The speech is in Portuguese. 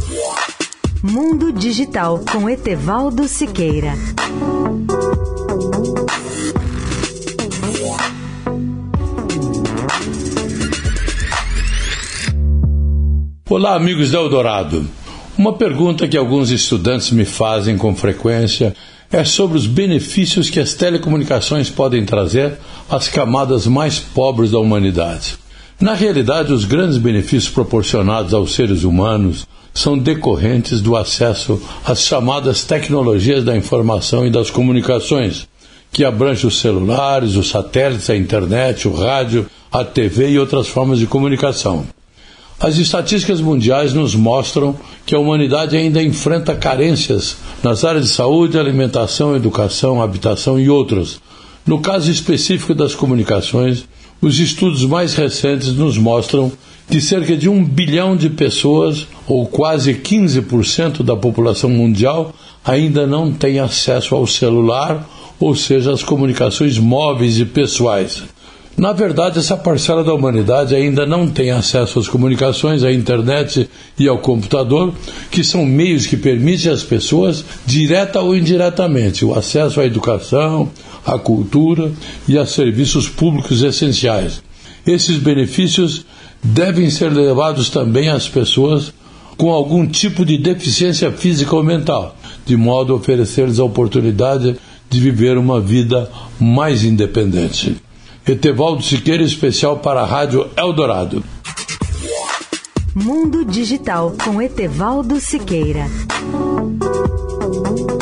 Mundo Digital com Etevaldo Siqueira. Olá, amigos da Eldorado. Uma pergunta que alguns estudantes me fazem com frequência é sobre os benefícios que as telecomunicações podem trazer às camadas mais pobres da humanidade. Na realidade, os grandes benefícios proporcionados aos seres humanos são decorrentes do acesso às chamadas tecnologias da informação e das comunicações, que abrange os celulares, os satélites, a internet, o rádio, a TV e outras formas de comunicação. As estatísticas mundiais nos mostram que a humanidade ainda enfrenta carências nas áreas de saúde, alimentação, educação, habitação e outras. No caso específico das comunicações, os estudos mais recentes nos mostram que cerca de 1 bilhão de pessoas, ou quase 15% da população mundial, ainda não tem acesso ao celular, ou seja, às comunicações móveis e pessoais. Na verdade, essa parcela da humanidade ainda não tem acesso às comunicações, à internet e ao computador, que são meios que permitem às pessoas, direta ou indiretamente, o acesso à educação, à cultura e a serviços públicos essenciais. Esses benefícios devem ser levados também às pessoas com algum tipo de deficiência física ou mental, de modo a oferecer-lhes a oportunidade de viver uma vida mais independente. Etevaldo Siqueira, especial para a Rádio Eldorado. Mundo Digital com Etevaldo Siqueira.